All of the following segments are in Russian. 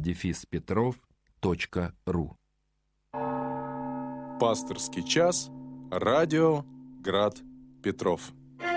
/Петров.ру. Пасторский час. Радио Град Петров.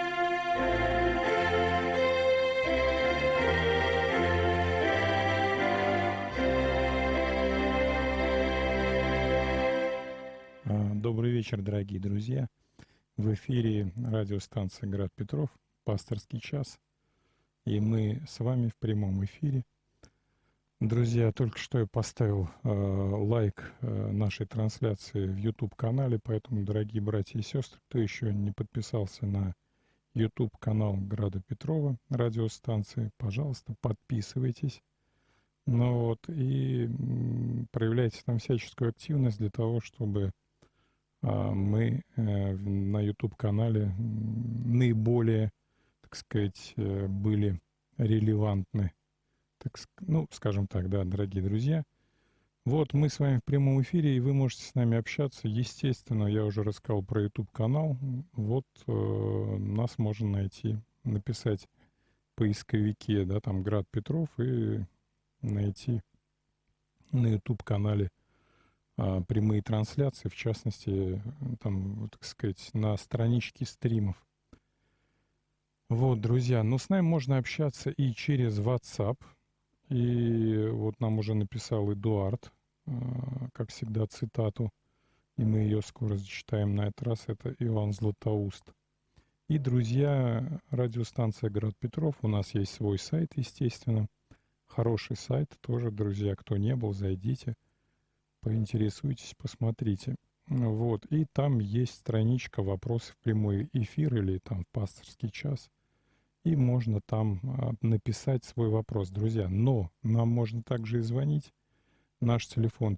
Добрый вечер, дорогие друзья. В эфире радиостанция «Град Петров», пасторский час. И мы с вами в прямом эфире. Друзья, только что я поставил лайк нашей трансляции в YouTube-канале, поэтому, дорогие братья и сестры, кто еще не подписался на YouTube-канал Града Петрова, радиостанции, пожалуйста, подписывайтесь. Ну вот, и проявляйте там всяческую активность для того, чтобы мы на YouTube-канале наиболее, так сказать, были релевантны. Ну, скажем так, да, дорогие друзья. Вот мы с вами в прямом эфире, и вы можете с нами общаться. Естественно, я уже рассказал про YouTube-канал. Вот нас можно найти, написать в поисковике, да, там Град Петров, и найти на YouTube-канале прямые трансляции, в частности, там, так сказать, на страничке стримов. Вот, друзья, ну, с нами можно общаться и через WhatsApp. И вот нам уже написал Эдуард, как всегда, цитату, и мы ее скоро зачитаем на этот раз. Это Иоанн Златоуст. И, друзья, радиостанция «Град Петров», у нас есть свой сайт, естественно. Хороший сайт тоже, друзья, кто не был, зайдите. Поинтересуйтесь, посмотрите. Вот. И там есть страничка «Вопросы в прямой эфир» или там «Пасторский час». И можно там написать свой вопрос, друзья. Но нам можно также и звонить. Наш телефон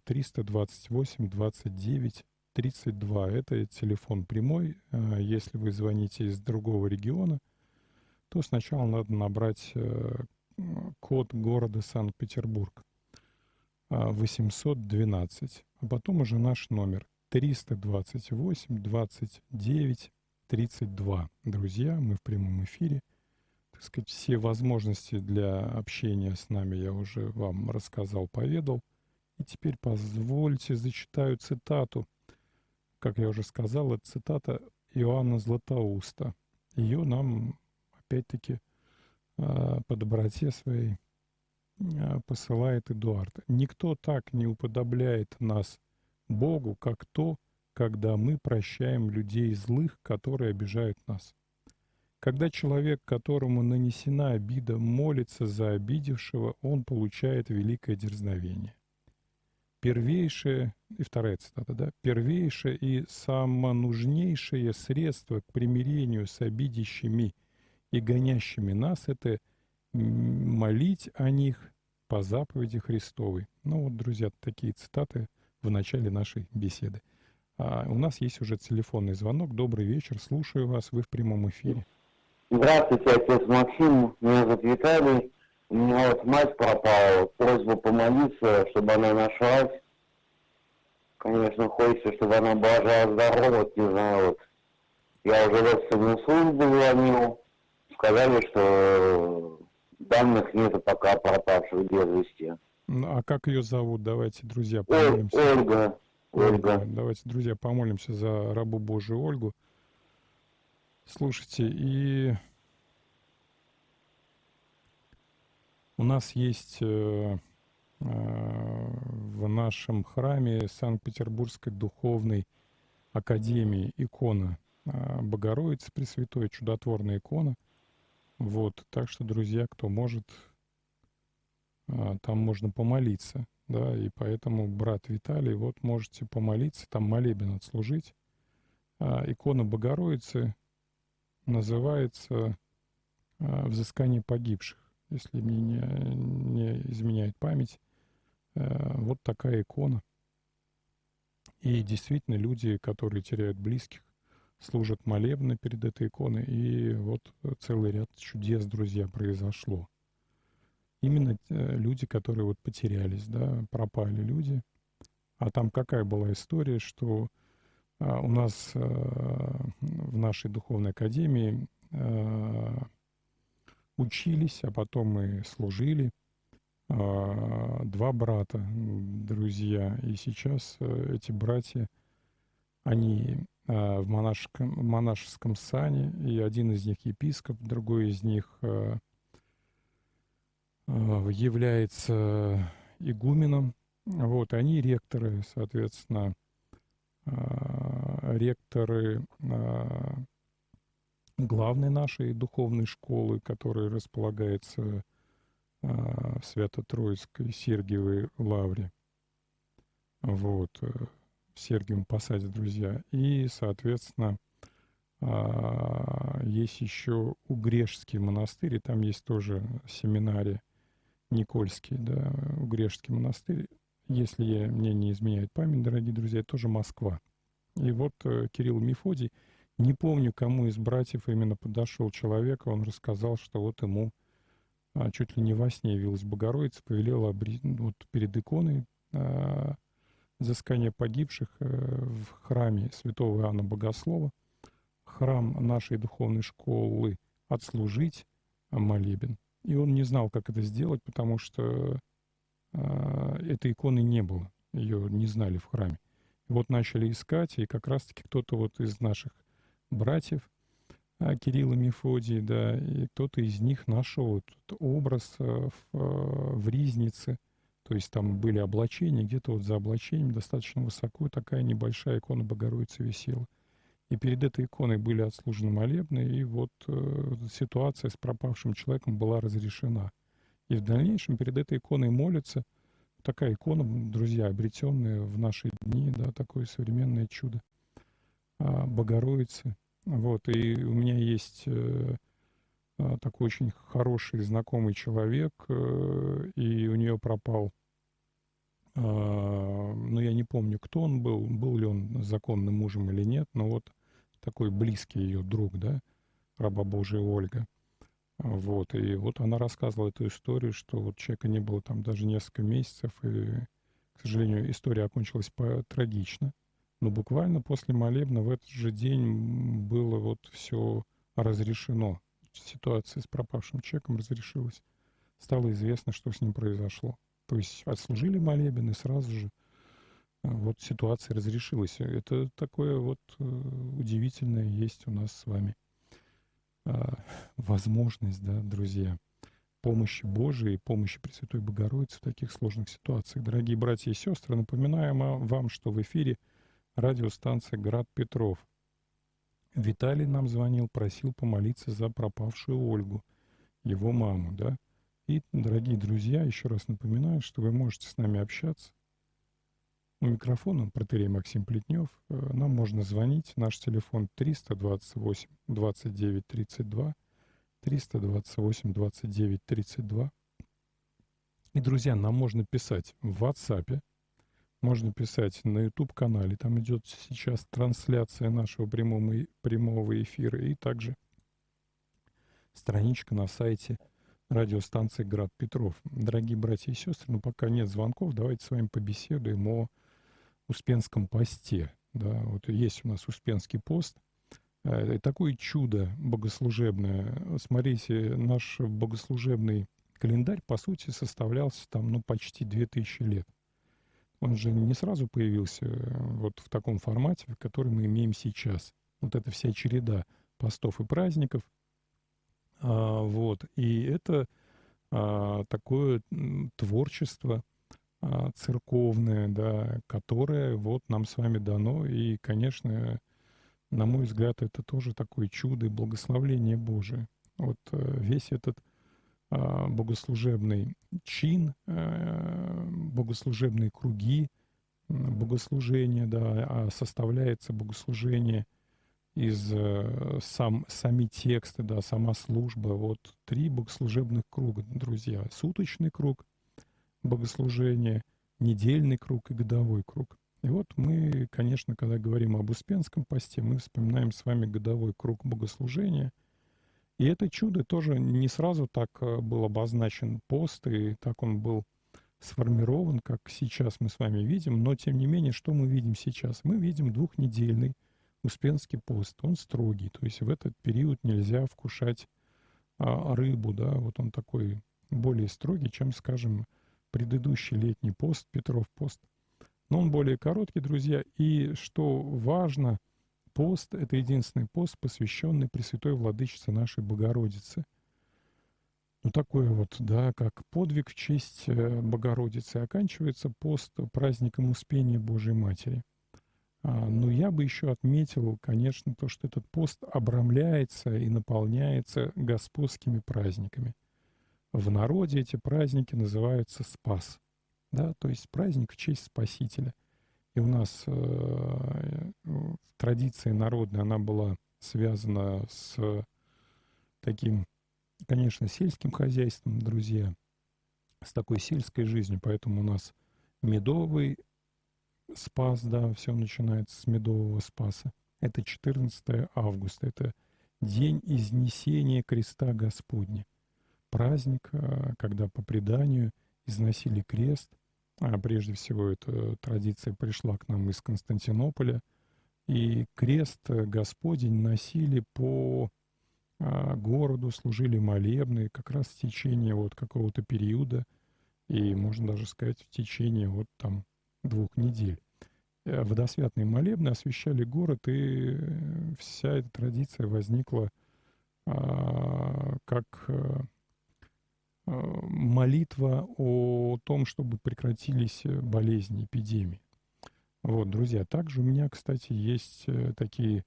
328-29-32. Это телефон прямой. Если вы звоните из другого региона, то сначала надо набрать код города Санкт-Петербург. 812, а потом уже наш номер 328-29-32. Друзья, мы в прямом эфире. Так сказать, все возможности для общения с нами я уже вам рассказал, поведал. И теперь позвольте зачитаю цитату. Как я уже сказал, это цитата Иоанна Златоуста. Ее нам, опять-таки, по доброте своей посылает Эдуард. «Никто так не уподобляет нас Богу, как то, когда мы прощаем людей злых, которые обижают нас. Когда человек, которому нанесена обида, молится за обидевшего, он получает великое дерзновение. Первейшее, и вторая цитата, да, первейшее и самонужнейшее средство к примирению с обидящими и гонящими нас — это молить о них по заповеди Христовой». Ну вот, друзья, такие цитаты в начале нашей беседы. У нас есть уже телефонный звонок. Добрый вечер, слушаю вас, вы в прямом эфире. Здравствуйте, отец Максим, меня зовут Виталий. У меня вот мать пропала, просьба помолиться, чтобы она нашлась. Конечно, хочется, чтобы она была жива-здорова, вот, не знаю, вот. Я уже в экстренную службу звонил, сказали, что данных нету пока пропавших без вести. А как ее зовут? Давайте, друзья, помолимся. Ольга. Давайте, друзья, помолимся за рабу Божию Ольгу. Слушайте, и у нас есть в нашем храме Санкт-Петербургской духовной академии икона Богородицы Пресвятой, чудотворная икона. Вот, так что, друзья, кто может, там можно помолиться, да, и поэтому, брат Виталий, вот можете помолиться, там молебен отслужить. Икона Богородицы называется «Взыскание погибших», если мне не изменяет память. Вот такая икона. И действительно люди, которые теряют близких, служат молебны перед этой иконой. И вот целый ряд чудес, друзья, произошло. Именно люди, которые вот потерялись, да, пропали люди. А там какая была история, что у нас в нашей духовной академии учились, а потом мы служили два брата, друзья. И сейчас эти братья, они в монашеском сане, и один из них епископ, другой из них является игуменом. Вот, они ректоры, соответственно, ректоры главной нашей духовной школы, которая располагается в Свято-Троицкой Сергиевой лавре. Вот, в Сергиевом Посаде, друзья. И, соответственно, есть еще Угрешский монастырь, и там есть тоже семинарий Никольский, да, Угрешский монастырь. Если мне не изменяет память, дорогие друзья, это тоже Москва. И вот Кирилл Мефодий, не помню, кому из братьев именно подошел человек, он рассказал, что вот ему чуть ли не во сне явилась Богородица, повелела вот перед иконой взыскания погибших в храме святого Иоанна Богослова, храм нашей духовной школы, отслужить молебен. И он не знал, как это сделать, потому что этой иконы не было, ее не знали в храме. И вот начали искать, и как раз-таки кто-то вот из наших братьев, Кирилл и Мефодий, да, и кто-то из них нашел этот образ в ризнице, то есть там были облачения, где-то вот за облачением достаточно высоко такая небольшая икона Богородицы висела. И перед этой иконой были отслужены молебны, и вот ситуация с пропавшим человеком была разрешена. И в дальнейшем перед этой иконой молятся. Такая икона, друзья, обретенная в наши дни, да, такое современное чудо Богородицы. Вот, и у меня есть такой очень хороший знакомый человек, и у нее пропал, ну, я не помню, кто он был ли он законным мужем или нет, но вот такой близкий ее друг, да, раба Божия Ольга. Вот, и вот она рассказывала эту историю, что вот человека не было там даже несколько месяцев, и, к сожалению, история окончилась трагично. Но буквально после молебна в этот же день было вот все разрешено. Ситуация с пропавшим человеком разрешилась. Стало известно, что с ним произошло. То есть отслужили молебен, и сразу же вот ситуация разрешилась. Это такое вот удивительное есть у нас с вами возможность, да, друзья, помощи Божией, помощи Пресвятой Богородицы в таких сложных ситуациях. Дорогие братья и сестры, напоминаем вам, что в эфире радиостанция «Град Петров». Виталий нам звонил, просил помолиться за пропавшую Ольгу, его маму, да. И, дорогие друзья, еще раз напоминаю, что вы можете с нами общаться. У микрофона протоиерей Максим Плетнев. Нам можно звонить. Наш телефон 328 29 32, 328 29 32. И, друзья, нам можно писать в WhatsApp, можно писать на YouTube-канале. Там идет сейчас трансляция нашего прямого эфира. И также страничка на сайте радиостанции «Град Петров». Дорогие братья и сестры, пока нет звонков, давайте с вами побеседуем о Успенском посте. Да, вот есть у нас Успенский пост. Такое чудо богослужебное. Смотрите, наш богослужебный календарь, по сути, составлялся там, почти 2000 лет. Он же не сразу появился вот в таком формате, в который мы имеем сейчас. Вот эта вся череда постов и праздников. Вот. И это такое творчество церковное, да, которое вот нам с вами дано. И, конечно, на мой взгляд, это тоже такое чудо и благословение Божие. Вот весь этот богослужебный чин, богослужебные круги, богослужения, да, составляется богослужение из сами тексты, да, сама служба. Вот 3 богослужебных круга, друзья. Суточный круг богослужения, недельный круг и годовой круг. И вот мы, конечно, когда говорим об Успенском посте, мы вспоминаем с вами годовой круг богослужения. И это чудо тоже не сразу так был обозначен пост, и так он был сформирован, как сейчас мы с вами видим. Но, тем не менее, что мы видим сейчас? Мы видим 2-недельный Успенский пост. Он строгий, то есть в этот период нельзя вкушать рыбу, да, вот он такой более строгий, чем, скажем, предыдущий летний пост, Петров пост. Но он более короткий, друзья. И что важно, пост — это единственный пост, посвященный Пресвятой Владычице нашей Богородицы. Ну, такое вот, да, как подвиг в честь Богородицы. Оканчивается пост праздником Успения Божией Матери. Но я бы еще отметил, конечно, то, что этот пост обрамляется и наполняется господскими праздниками. В народе эти праздники называются Спас, да, то есть праздник в честь Спасителя. И у нас в традиции народной она была связана с таким, конечно, сельским хозяйством, друзья, с такой сельской жизнью. Поэтому у нас медовый Спас, да, все начинается с медового Спаса. Это 14 августа, это день изнесения креста Господня. Праздник, когда по преданию износили крест. Прежде всего, эта традиция пришла к нам из Константинополя. И крест Господень носили по городу, служили молебны как раз в течение вот какого-то периода. И можно даже сказать, в течение вот там 2 недель. Водосвятные молебны освещали город, и вся эта традиция возникла как молитва о том, чтобы прекратились болезни, эпидемии. Вот, друзья, также у меня, кстати, есть такие,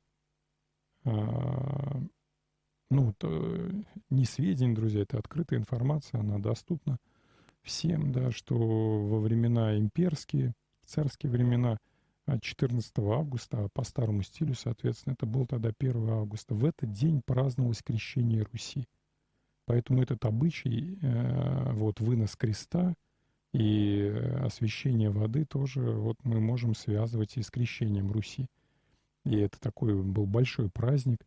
не сведения, друзья, это открытая информация, она доступна всем, да, что во времена имперские, в царские времена, 14 августа, а по старому стилю, соответственно, это был тогда 1 августа, в этот день праздновалось крещение Руси. Поэтому этот обычай, вот вынос креста и освящение воды тоже вот мы можем связывать и с крещением Руси. И это такой был большой праздник,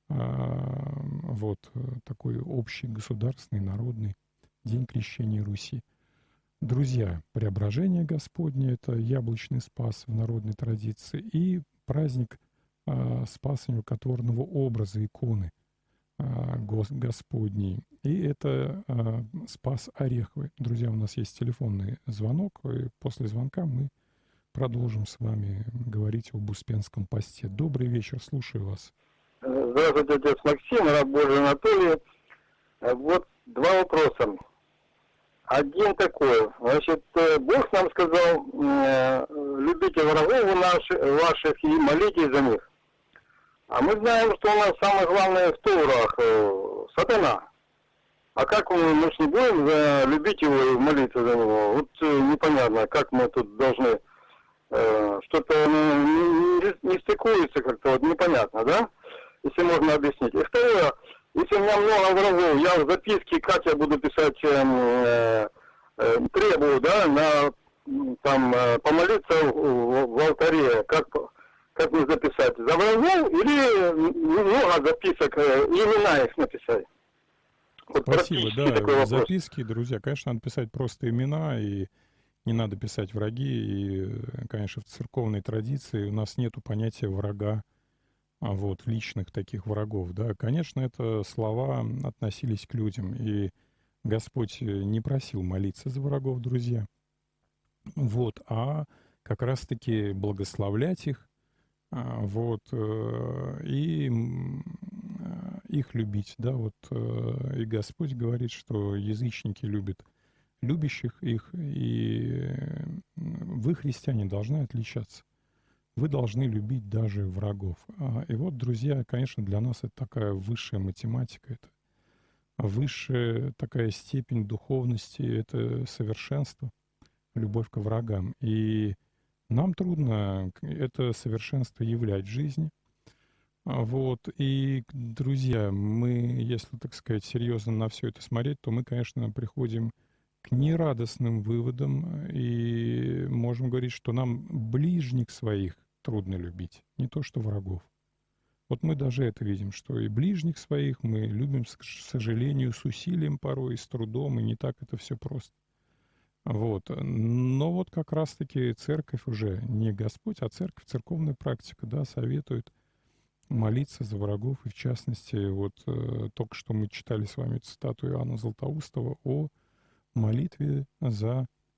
вот такой общий государственный, народный день крещения Руси. Друзья, преображение Господне — это яблочный спас в народной традиции и праздник Спаса Нерукотворного образа, иконы Господней. И это Спас Ореховый. Друзья, у нас есть телефонный звонок, и после звонка мы продолжим с вами говорить об Успенском посте. Добрый вечер, слушаю вас. Здравствуйте, отец Максим, раб Божий Анатолий. Вот 2 вопроса. Один такой. Значит, Бог нам сказал, любите врагов ваших и молитесь за них. А мы знаем, что у нас самое главное в Торах сатана. А как мы же не будем любить его и молиться за него? Вот непонятно, как мы тут должны... Что-то не стыкуется как-то, вот непонятно, да? Если можно объяснить. И второе, если у меня много врагов, я в записке, как я буду писать, требую, да, там, помолиться в алтаре, как мне записать? За врагов или много записок, имена их написать? Вот спасибо, да, такой записки, друзья, конечно, надо писать просто имена, и не надо писать враги, и, конечно, в церковной традиции у нас нету понятия врага, вот, личных таких врагов, да. Конечно, это слова относились к людям, и Господь не просил молиться за врагов, друзья, вот, а как раз-таки благословлять их, вот, и их любить, да, вот, и Господь говорит, что язычники любят любящих их, и вы, христиане, должны отличаться. Вы должны любить даже врагов. И вот, друзья, конечно, для нас это такая высшая математика, это высшая такая степень духовности, это совершенство, любовь к врагам. И нам трудно это совершенство являть в жизни. Вот. И, друзья, мы, если, так сказать, серьезно на все это смотреть, то мы, конечно, приходим к нерадостным выводам и можем говорить, что нам ближних своих трудно любить, не то что врагов. Вот мы даже это видим, что и ближних своих мы любим, к сожалению, с усилием порой, и с трудом, и не так это все просто. Вот. Но вот как раз-таки церковь уже, не Господь, а церковь, церковная практика, да, советует молиться за врагов, и в частности, вот только что мы читали с вами цитату Иоанна Златоустова о молитве за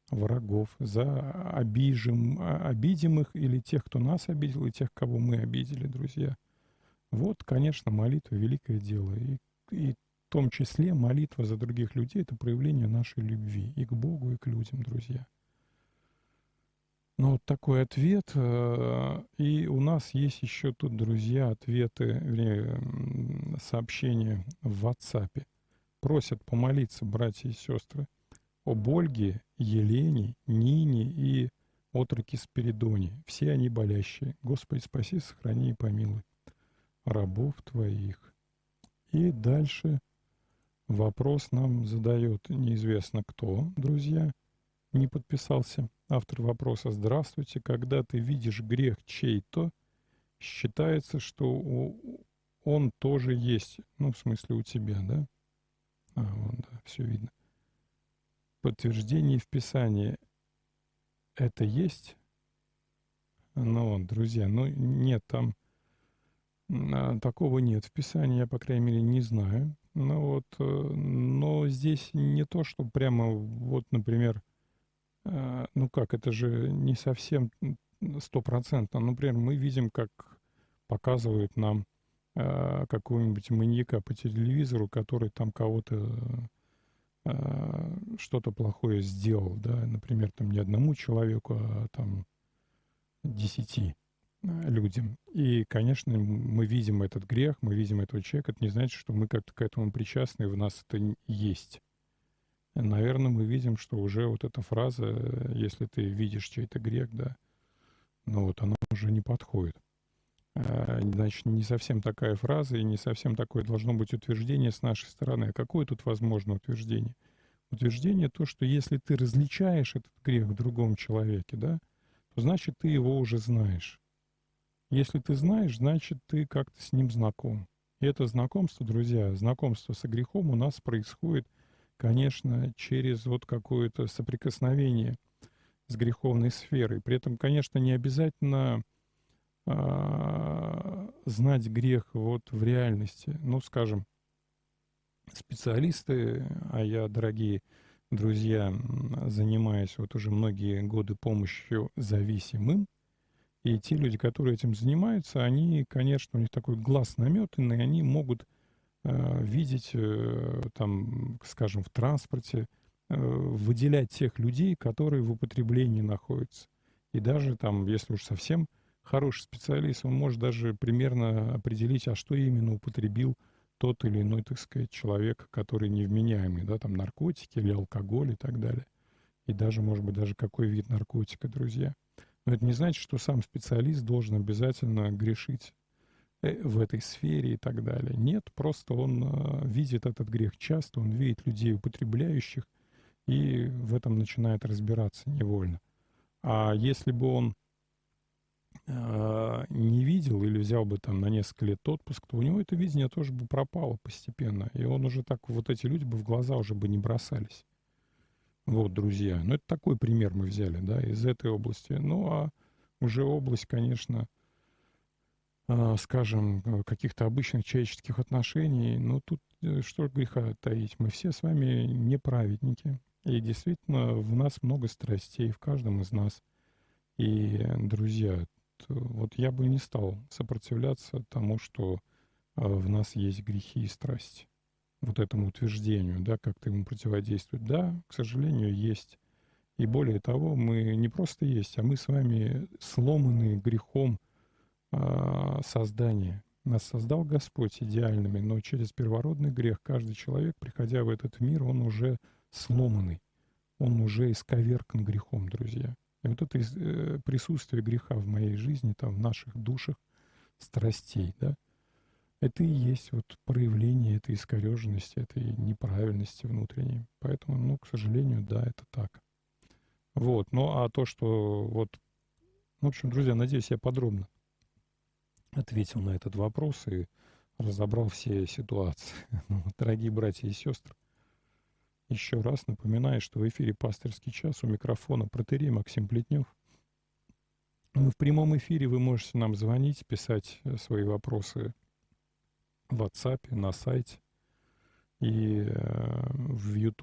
врагов, за обидимых или тех, кто нас обидел, и тех, кого мы обидели, друзья. Вот, конечно, молитва — великое дело. И в том числе молитва за других людей — это проявление нашей любви и к Богу, и к людям, друзья. Ну, вот такой ответ. И у нас есть еще тут, друзья, ответы, вернее, сообщения в WhatsApp. Просят помолиться братья и сестры об Ольге, Елене, Нине и отроке Спиридоне. Все они болящие. Господи, спаси, сохрани и помилуй рабов Твоих. И дальше вопрос нам задает неизвестно кто, друзья. Не подписался автор вопроса. Здравствуйте. Когда ты видишь грех чей-то, считается, что он тоже есть. Ну, в смысле, у тебя, да? Вон, да, все видно. Подтверждение в Писании это есть? Ну, друзья, ну нет, там такого нет в Писании, я, по крайней мере, не знаю. Ну вот, но здесь не то, что прямо вот, например, ну как, это же не совсем стопроцентно. Например, мы видим, как показывают нам какого-нибудь маньяка по телевизору, который там кого-то что-то плохое сделал, да, например, там не одному человеку, а там 10 людям. И, конечно, мы видим этот грех, мы видим этого человека. Это не значит, что мы как-то к этому причастны, и в нас это есть. Наверное, мы видим, что уже вот эта фраза, если ты видишь чей-то грех, да, ну вот она уже не подходит. Значит, не совсем такая фраза и не совсем такое должно быть утверждение с нашей стороны. А какое тут возможно утверждение? Утверждение то, что если ты различаешь этот грех в другом человеке, да, то значит ты его уже знаешь. Если ты знаешь, значит ты как-то с ним знаком. И это знакомство, друзья, знакомство со грехом у нас происходит, конечно, через вот какое-то соприкосновение с греховной сферой. При этом, конечно, не обязательно знать грех вот в реальности. Ну, скажем, специалисты, а я, дорогие друзья, занимаюсь вот уже многие годы помощью зависимым, и те люди, которые этим занимаются, они, конечно, у них такой глаз наметанный, они могут видеть, там, скажем, в транспорте, выделять тех людей, которые в употреблении находятся. И даже там, если уж совсем хороший специалист, он может даже примерно определить, а что именно употребил тот или иной, так сказать, человек, который невменяемый, да, там наркотики или алкоголь и так далее. И даже, может быть, даже какой вид наркотика, друзья. Но это не значит, что сам специалист должен обязательно грешить в этой сфере и так далее. Нет, просто он видит этот грех часто, он видит людей употребляющих и в этом начинает разбираться невольно. А если бы он не видел или взял бы там на несколько лет отпуск, то у него это видение тоже бы пропало постепенно. И он уже так, вот эти люди бы в глаза уже бы не бросались. Вот, друзья. Ну, это такой пример мы взяли, да, из этой области. Ну, а уже область, конечно, скажем, каких-то обычных человеческих отношений, ну, тут что греха таить. Мы все с вами не праведники. И действительно, в нас много страстей, в каждом из нас. И, друзья, вот я бы не стал сопротивляться тому, что в нас есть грехи и страсти. Вот этому утверждению, да, как-то ему противодействовать. Да, к сожалению, есть. И более того, мы не просто есть, а мы с вами сломаны грехом создания. Нас создал Господь идеальными, но через первородный грех каждый человек, приходя в этот мир, он уже сломанный. Он уже исковеркан грехом, друзья. И вот это присутствие греха в моей жизни, там, в наших душах, страстей, да, это и есть вот проявление этой искореженности, этой неправильности внутренней. Поэтому, ну, к сожалению, да, это так. Вот, ну, а то, что вот, в общем, друзья, надеюсь, я подробно ответил на этот вопрос и разобрал все ситуации. Дорогие братья и сестры, еще раз напоминаю, что в эфире «Пасторский час», у микрофона протоиерей Максим Плетнев. В прямом эфире вы можете нам звонить, писать свои вопросы в WhatsApp, на сайте и в YouTube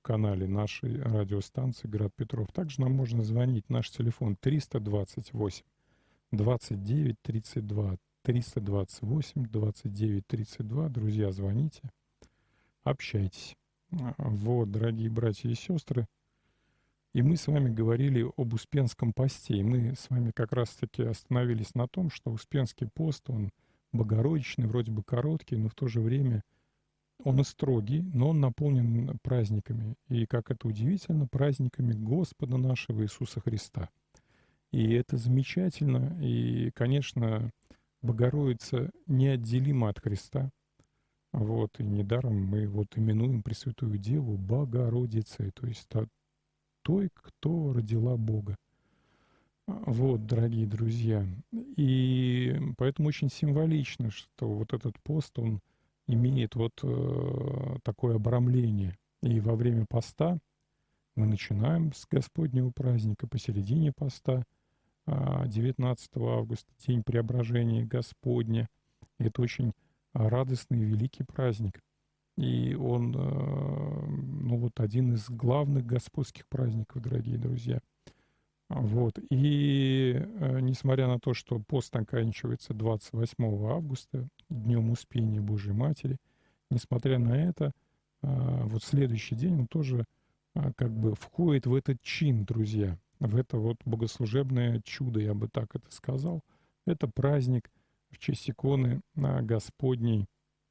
YouTube-канале нашей радиостанции «Град Петров». Также нам можно звонить. Наш телефон 328 29 32, 328 29 32. Друзья, звоните, общайтесь. Вот, дорогие братья и сестры. И мы с вами говорили об Успенском посте. И мы с вами как раз-таки остановились на том, что Успенский пост, он богородичный, вроде бы короткий, но в то же время он и строгий, но он наполнен праздниками. И, как это удивительно, праздниками Господа нашего Иисуса Христа. И это замечательно. И, конечно, Богородица неотделима от Христа. Вот, и недаром мы вот именуем Пресвятую Деву Богородицей, то есть той, кто родила Бога. Вот, дорогие друзья. И поэтому очень символично, что вот этот пост, он имеет вот такое обрамление. И во время поста мы начинаем с Господнего праздника, посередине поста, 19 августа, День Преображения Господня. Это очень радостный и великий праздник. И он, ну вот, один из главных господских праздников, дорогие друзья. Вот. И несмотря на то, что пост оканчивается 28 августа, Днем Успения Божьей Матери, несмотря на это, вот следующий день он тоже как бы входит в этот чин, друзья, в это вот богослужебное чудо, я бы так это сказал. Это праздник в честь иконы Господней,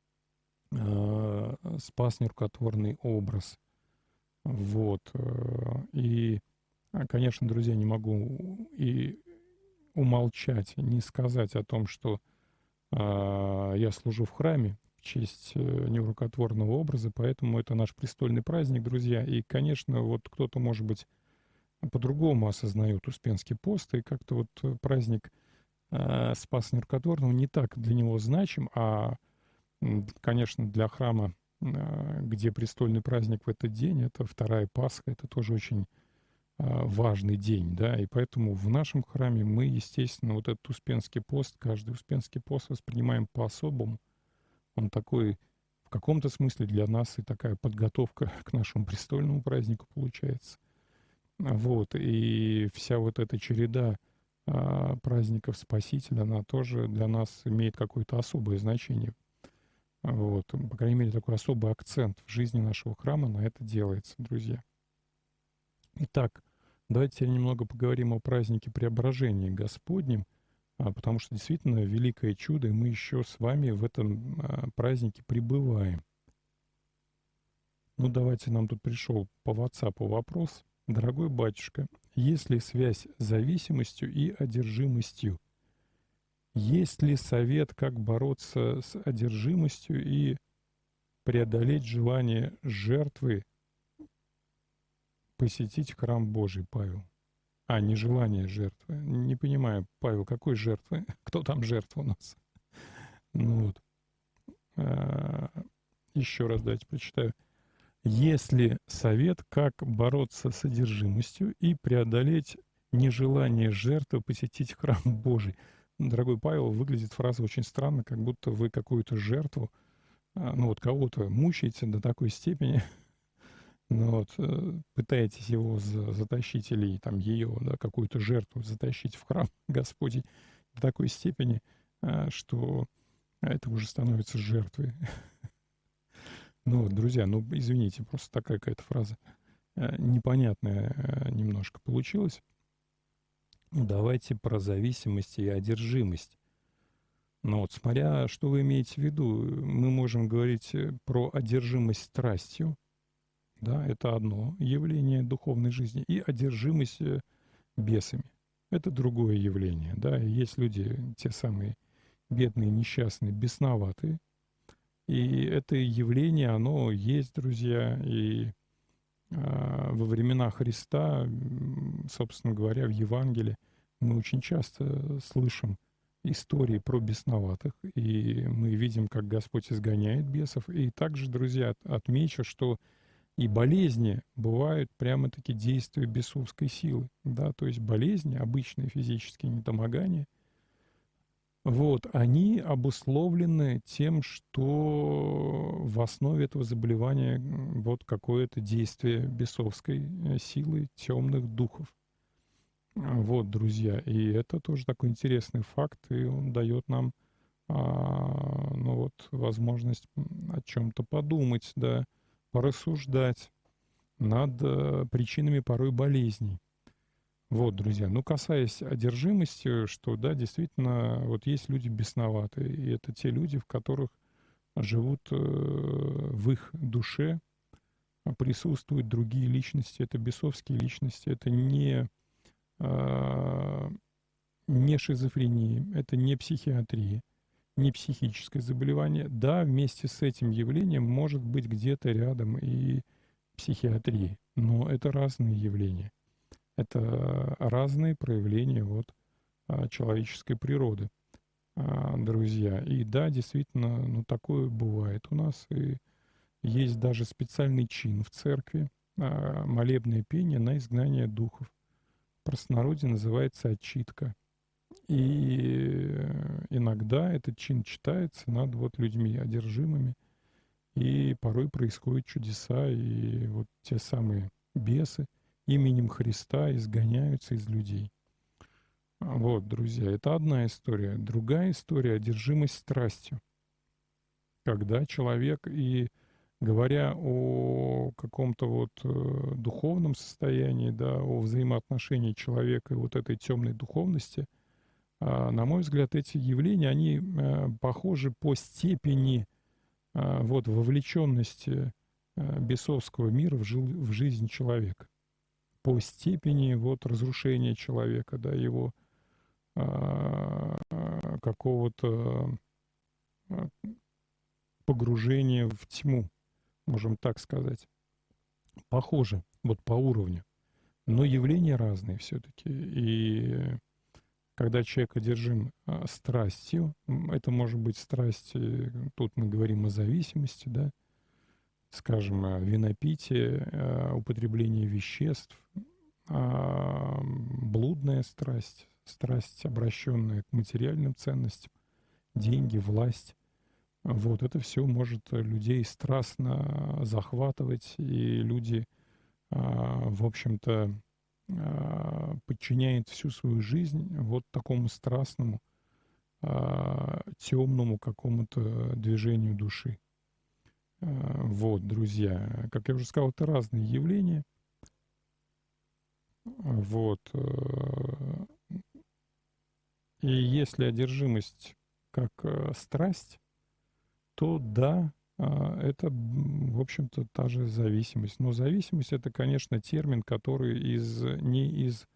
спасный рукотворный образ. Вот. И, конечно, друзья, не могу и умолчать, не сказать о том, что я служу в храме в честь нерукотворного образа, поэтому это наш престольный праздник, друзья. И, конечно, вот кто-то, может быть, по-другому осознает Успенский пост, и как-то вот праздник Спаса Нерукотворного не так для него значим, а, конечно, для храма, где престольный праздник в этот день, это вторая Пасха, это тоже очень важный день, да, и поэтому в нашем храме мы, естественно, вот этот Успенский пост, каждый Успенский пост воспринимаем по-особому. Он такой, в каком-то смысле для нас и такая подготовка к нашему престольному празднику получается. Вот, и вся вот эта череда праздников Спасителя, она тоже для нас имеет какое-то особое значение. Вот, по крайней мере, такой особый акцент в жизни нашего храма на это делается, друзья. Итак, давайте теперь немного поговорим о празднике Преображения Господнем, потому что действительно великое чудо, и мы еще с вами в этом празднике пребываем. Ну, давайте, нам тут пришел по WhatsApp вопрос. Дорогой батюшка, есть ли связь с зависимостью и одержимостью? Есть ли совет, как бороться с одержимостью и преодолеть желание жертвы посетить храм Божий, Павел? Не желание жертвы. Не понимаю, Павел, какой жертвы? Кто там жертва у нас? Ну вот. Еще раз давайте прочитаю. Есть ли совет, как бороться с одержимостью и преодолеть нежелание жертвы посетить храм Божий? Дорогой Павел, выглядит фраза очень странно, как будто вы какую-то жертву, ну вот кого-то мучаете до такой степени, ну вот, пытаетесь его затащить или там ее, да, какую-то жертву затащить в храм Господень до такой степени, что это уже становится жертвой. Ну вот, друзья, ну извините, просто такая какая-то фраза непонятная немножко получилась. Давайте про зависимость и одержимость. Но вот смотря, что вы имеете в виду, мы можем говорить про одержимость страстью, да, это одно явление духовной жизни, и одержимость бесами. Это другое явление, да, и есть люди, те самые бедные, несчастные, бесноватые, и это явление, оно есть, друзья, и во времена Христа, собственно говоря, в Евангелии мы очень часто слышим истории про бесноватых, и мы видим, как Господь изгоняет бесов. И также, друзья, отмечу, что и болезни бывают прямо-таки действия бесовской силы. Да? То есть болезни, обычные физические недомогания, Вот, они обусловлены тем, что в основе этого заболевания вот какое-то действие бесовской силы темных духов. Вот, друзья, и это тоже такой интересный факт, и он дает нам, ну вот, возможность о чем-то подумать, да, порассуждать над причинами порой болезней. Вот, друзья, ну, касаясь одержимости, что, да, действительно, вот есть люди бесноватые, и это те люди, в которых живут в их душе, присутствуют другие личности, это бесовские личности, это не шизофрения, это не психиатрия, не психическое заболевание. Да, вместе с этим явлением может быть где-то рядом и психиатрия, но это разные явления. Это разные проявления вот человеческой природы, друзья. И да, действительно, ну такое бывает у нас. И есть даже специальный чин в церкви, молебное пение на изгнание духов. В простонародье называется отчитка. И иногда этот чин читается над вот людьми одержимыми, и порой происходят чудеса, и вот те самые бесы именем Христа изгоняются из людей. Вот, друзья, это одна история. Другая история — одержимость страстью. Когда человек, и говоря о каком-то вот духовном состоянии, да, о взаимоотношении человека и вот этой темной духовности, на мой взгляд, эти явления, они похожи по степени вот вовлеченности бесовского мира в жизнь человека, по степени вот разрушения человека, да, его какого-то погружения в тьму, можем так сказать. Похоже, вот по уровню, но явления разные все-таки. И когда человек одержим страстью, это может быть страсть, тут мы говорим о зависимости, да, скажем, винопитие, употребление веществ, блудная страсть, страсть, обращенная к материальным ценностям, деньги, власть. Вот это все может людей страстно захватывать, и люди, в общем-то, подчиняют всю свою жизнь вот такому страстному, темному какому-то движению души. Вот, друзья, как я уже сказал, это разные явления. Вот. И если одержимость как страсть, то да, это, в общем-то, та же зависимость. Но зависимость — это, конечно, термин, который не из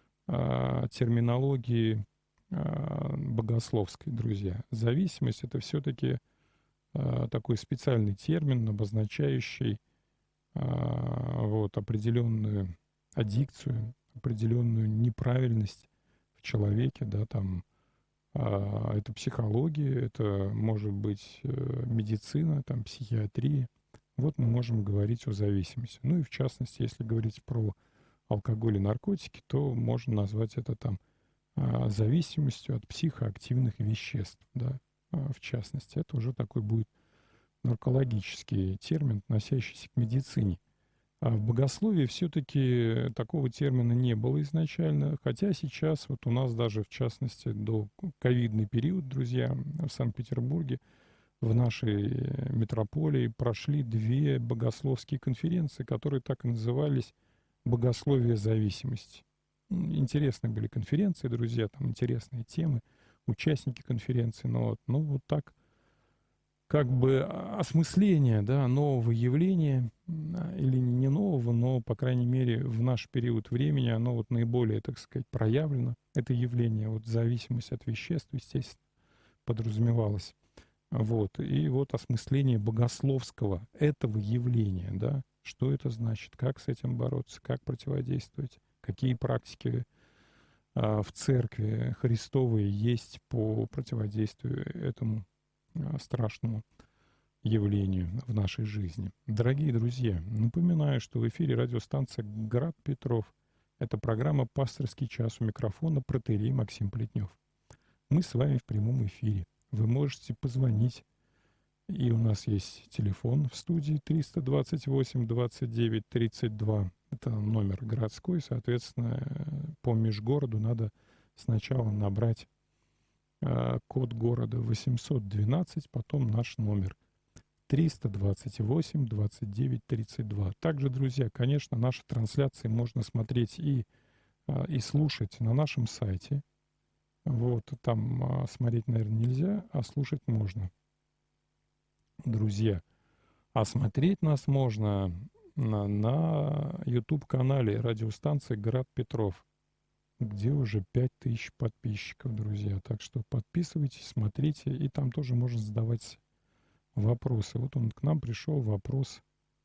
терминологии богословской, друзья. Зависимость — это все-таки такой специальный термин, обозначающий вот определенную аддикцию, определенную неправильность в человеке, да, там это психология, это может быть медицина, там психиатрия. Вот мы можем говорить о зависимости. Ну и в частности, если говорить про алкоголь и наркотики, то можно назвать это там зависимостью от психоактивных веществ, да, в частности. Это уже такой будет наркологический термин, относящийся к медицине. А в богословии все-таки такого термина не было изначально, хотя сейчас вот у нас даже, в частности, до ковидный период, друзья, в Санкт-Петербурге, в нашей метрополии прошли 2 богословские конференции, которые так и назывались «Богословие зависимости». Интересные были конференции, друзья, там интересные темы, участники конференции, но вот так как бы осмысление, да, нового явления, или не нового, но, по крайней мере, в наш период времени оно вот наиболее, так сказать, проявлено. Это явление, вот зависимость от веществ, естественно, подразумевалось. Вот. И вот осмысление богословского этого явления, да, что это значит, как с этим бороться, как противодействовать, какие практики в церкви Христовой есть по противодействию этому страшному явлению в нашей жизни. Дорогие друзья, напоминаю, что в эфире радиостанция «Град Петров». Это программа «Пасторский час», у микрофона протоиерей Максим Плетнев. Мы с вами в прямом эфире. Вы можете позвонить. И у нас есть телефон в студии 328-29-32. Это номер городской, соответственно, по межгороду надо сначала набрать код города 812, потом наш номер 328-29-32. Также, друзья, конечно, наши трансляции можно смотреть и слушать на нашем сайте. Вот, там смотреть, наверное, нельзя, а слушать можно. Друзья, а смотреть нас можно на YouTube-канале радиостанции «Град Петров», где уже 5000 подписчиков, друзья. Так что подписывайтесь, смотрите, и там тоже можно задавать вопросы. Вот он к нам пришел вопрос.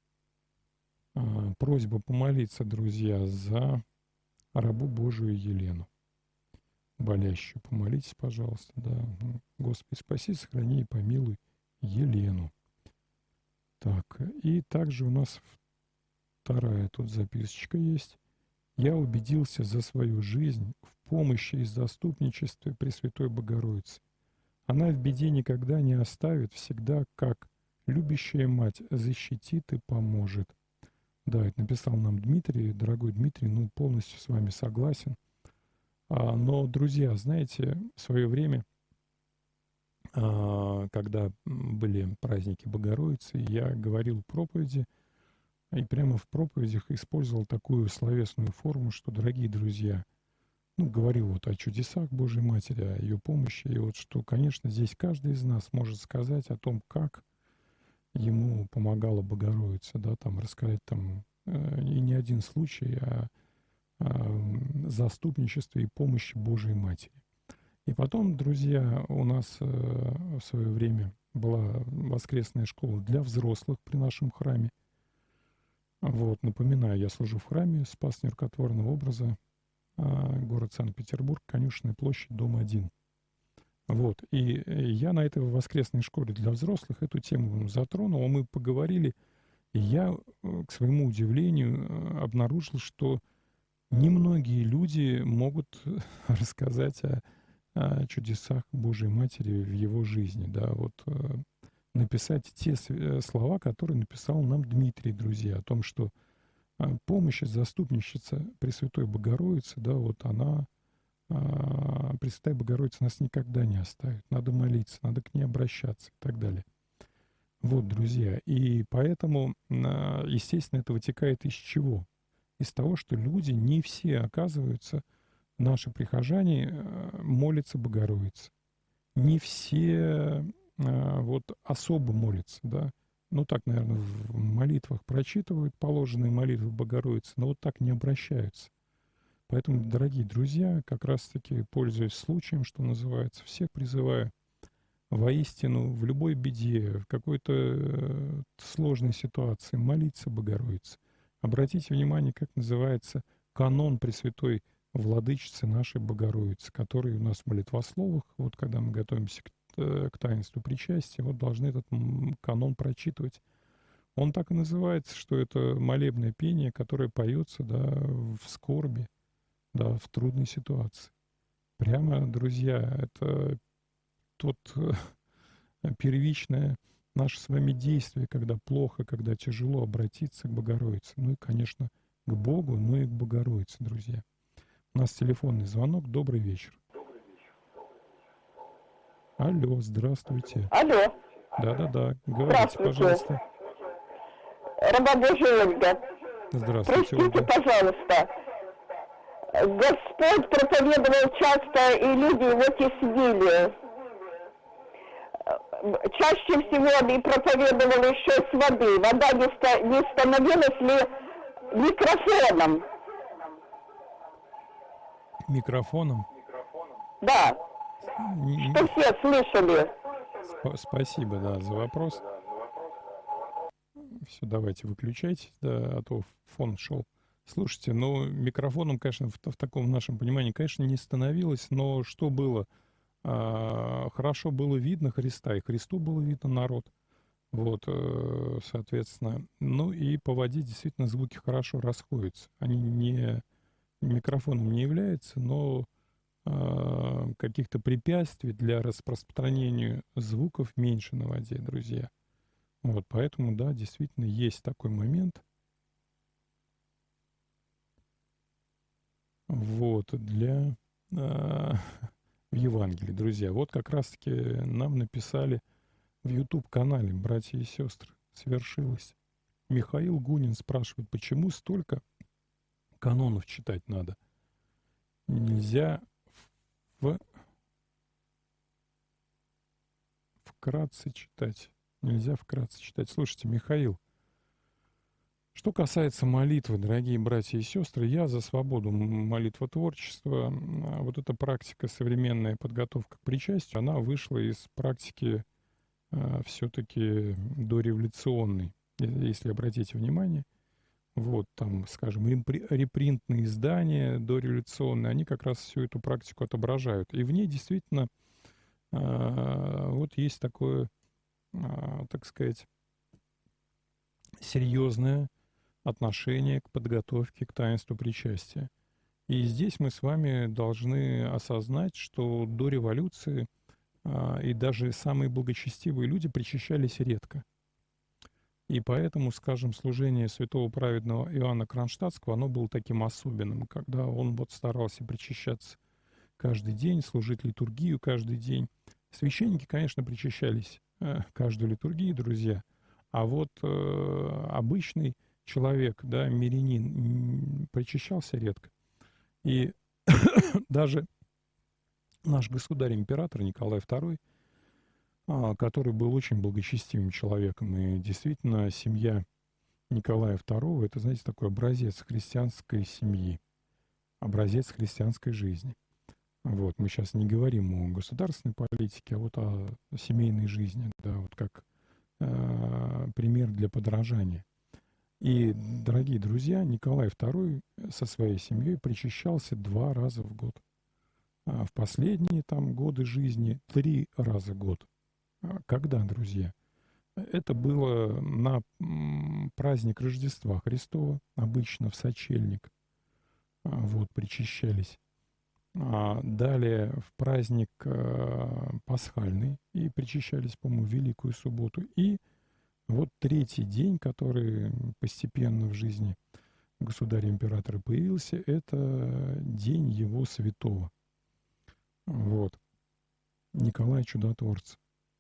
Просьба помолиться, друзья, за рабу Божию Елену болящую. Помолитесь, пожалуйста, да. Господи, спаси, сохрани и помилуй Елену. Так, и также у нас вторая тут записочка есть. Я убедился за свою жизнь в помощи и заступничестве Пресвятой Богородицы. Она в беде никогда не оставит, всегда, как любящая мать, защитит и поможет. Да, это написал нам Дмитрий. Дорогой Дмитрий, ну, полностью с вами согласен. Но, друзья, знаете, в свое время, когда были праздники Богородицы, я говорил проповеди, и прямо в проповедях использовал такую словесную форму, что, дорогие друзья, ну, говорил вот о чудесах Божьей Матери, о ее помощи, и вот что, конечно, здесь каждый из нас может сказать о том, как ему помогала Богородица, да, там рассказать там и не один случай о заступничестве и помощи Божьей Матери. И потом, друзья, у нас в свое время была воскресная школа для взрослых при нашем храме. Вот, напоминаю, я служу в храме Спаса Нерукотворного образа, город Санкт-Петербург, Конюшенная площадь, дом 1. Вот, и я на этой воскресной школе для взрослых эту тему затронул, мы поговорили, и я, к своему удивлению, обнаружил, что немногие люди могут рассказать о чудесах Божьей Матери в его жизни, да, вот написать те слова, которые написал нам Дмитрий, друзья, о том, что помощь и заступничество Пресвятой Богородицы, да, вот она, Пресвятая Богородица нас никогда не оставит, надо молиться, надо к ней обращаться и так далее. Вот, друзья, и поэтому, естественно, это вытекает из чего? Из того, что люди, не все, оказываются, наши прихожане, молятся Богородице. Не все вот особо молятся, да. Ну, так, наверное, в молитвах прочитывают положенные молитвы Богородицы, но вот так не обращаются. Поэтому, дорогие друзья, как раз-таки, пользуясь случаем, что называется, всех призываю воистину в любой беде, в какой-то сложной ситуации молиться Богородице. Обратите внимание, как называется канон Пресвятой Владычицы нашей Богородицы, который у нас в молитвословах, вот когда мы готовимся к таинству причастия, вот должны этот канон прочитывать. Он так и называется, что это молебное пение, которое поется, да, в скорби, да, в трудной ситуации. Прямо, друзья, это тот первичное наше с вами действие, когда плохо, когда тяжело, обратиться к Богородице. Ну и, конечно, к Богу, но и к Богородице, друзья. У нас телефонный звонок. Добрый вечер. Алло, здравствуйте. Алло. Да-да-да, говорите, пожалуйста. Раба Божия Ольга. Здравствуйте, Простите, Ольга. пожалуйста. Господь проповедовал часто, и люди его теснили. Чаще всего и проповедовал еще с воды. Вода не становилась ли микрофоном? Микрофоном? Да. Что все слышали. Спасибо, да, за вопрос. Все, давайте выключайтесь, да, а то фон шел. Слушайте, ну, микрофоном, конечно, в таком нашем понимании, конечно, не становилось, но что было? Хорошо было видно Христа, и Христу было видно народ. Вот, соответственно, ну и по воде действительно звуки хорошо расходятся. Они не микрофоном не являются, но каких-то препятствий для распространения звуков меньше на воде, друзья. Вот, поэтому, да, действительно есть такой момент. Вот, для в Евангелии, друзья. Вот как раз-таки нам написали в YouTube-канале, братья и сестры, свершилось. Михаил Гунин спрашивает, почему столько канонов читать надо? Нельзя вкратце читать. Нельзя вкратце читать. Слушайте, Михаил, что касается молитвы, дорогие братья и сестры, я за свободу молитвотворчества. Вот эта практика, современная подготовка к причастию, она вышла из практики все-таки дореволюционной, если обратите внимание. Вот там, скажем, репринтные издания дореволюционные, они как раз всю эту практику отображают. И в ней действительно вот есть такое, так сказать, серьезное отношение к подготовке к таинству причастия. И здесь мы с вами должны осознать, что до революции и даже самые благочестивые люди причащались редко. И поэтому, скажем, служение святого праведного Иоанна Кронштадтского, оно было таким особенным, когда он вот старался причащаться каждый день, служить литургию каждый день. Священники, конечно, причащались каждую литургию, друзья, а вот обычный человек, да, мирянин, причащался редко. И даже наш государь-император Николай II, который был очень благочестивым человеком, и действительно семья Николая II, это, знаете, такой образец христианской семьи, образец христианской жизни. Вот, мы сейчас не говорим о государственной политике, а вот о семейной жизни, да, вот как пример для подражания. И, дорогие друзья, Николай II со своей семьей причащался 2 раза в год. А в последние там годы жизни 3 раза в год. Когда, друзья? Это было на праздник Рождества Христова, обычно в сочельник. Вот, причащались. Далее в праздник Пасхальный и причащались, по-моему, в Великую Субботу. И вот 3-й день, который постепенно в жизни государя-императора появился, это день его святого. Вот. Николая Чудотворца.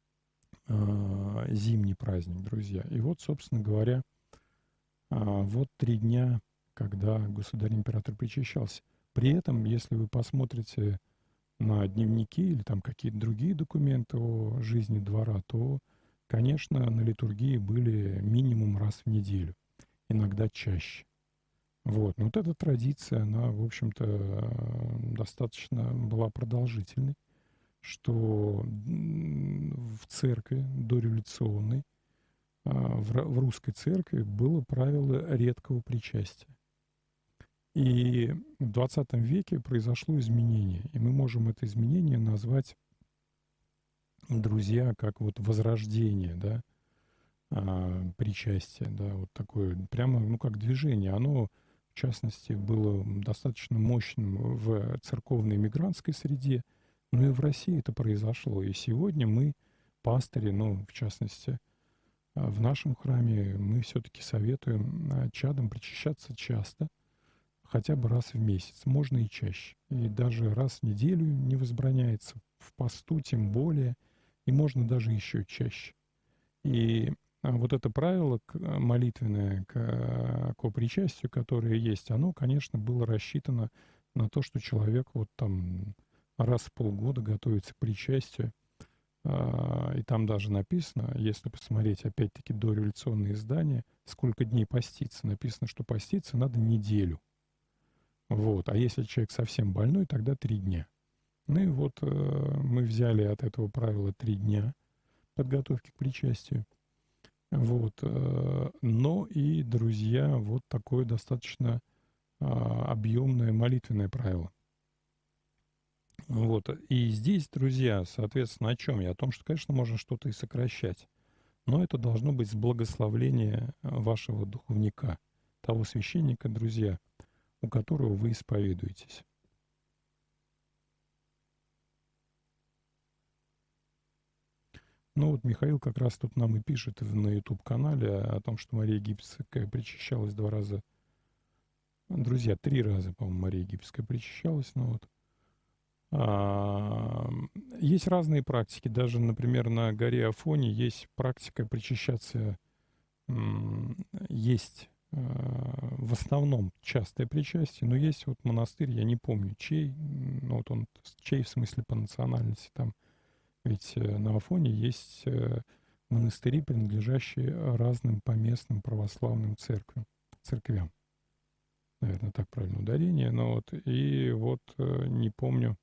Зимний праздник, друзья. И вот, собственно говоря, вот 3 дня, когда государь-император причащался. При этом, если вы посмотрите на дневники или там какие-то другие документы о жизни двора, то, конечно, на литургии были минимум раз в неделю, иногда чаще. Вот. Но вот эта традиция, она, в общем-то, достаточно была продолжительной, что в церкви дореволюционной, в русской церкви было правило редкого причастия. И в 20 веке произошло изменение, и мы можем это изменение назвать, друзья, как вот возрождение, да, причастия, да, вот такое, прямо, ну, как движение. Оно, в частности, было достаточно мощным в церковной мигрантской среде, но и в России это произошло. И сегодня мы, пастыри, ну, в частности, в нашем храме, мы все-таки советуем чадам причащаться часто, хотя бы раз в месяц, можно и чаще. И даже раз в неделю не возбраняется, в посту тем более, и можно даже еще чаще. И вот это правило молитвенное к причастию, которое есть, оно, конечно, было рассчитано на то, что человек вот там раз в полгода готовится к причастию. И там даже написано, если посмотреть, опять-таки, дореволюционные издания, сколько дней поститься. Написано, что поститься надо неделю. Вот. А если человек совсем больной, тогда 3 дня. Ну и вот мы взяли от этого правила 3 дня подготовки к причастию. Вот. Но и, друзья, вот такое достаточно объемное молитвенное правило. Вот. И здесь, друзья, соответственно, о чем я? О том, что, конечно, можно что-то и сокращать. Но это должно быть с благословления вашего духовника, того священника, друзья, у которого вы исповедуетесь. Ну вот Михаил как раз тут нам и пишет на YouTube-канале о том, что Мария Египетская причащалась 2 раза. Друзья, 3 раза, по-моему, Мария Египетская причащалась. Ну вот. Есть разные практики. Даже, например, на горе Афоне есть практика причащаться. Есть в основном частое причастие, но есть вот монастырь, я не помню чей, ну вот он, чей в смысле по национальности там. Ведь на Афоне есть монастыри, принадлежащие разным поместным православным церквям. Наверное, так правильно ударение. Но вот, и вот не помню,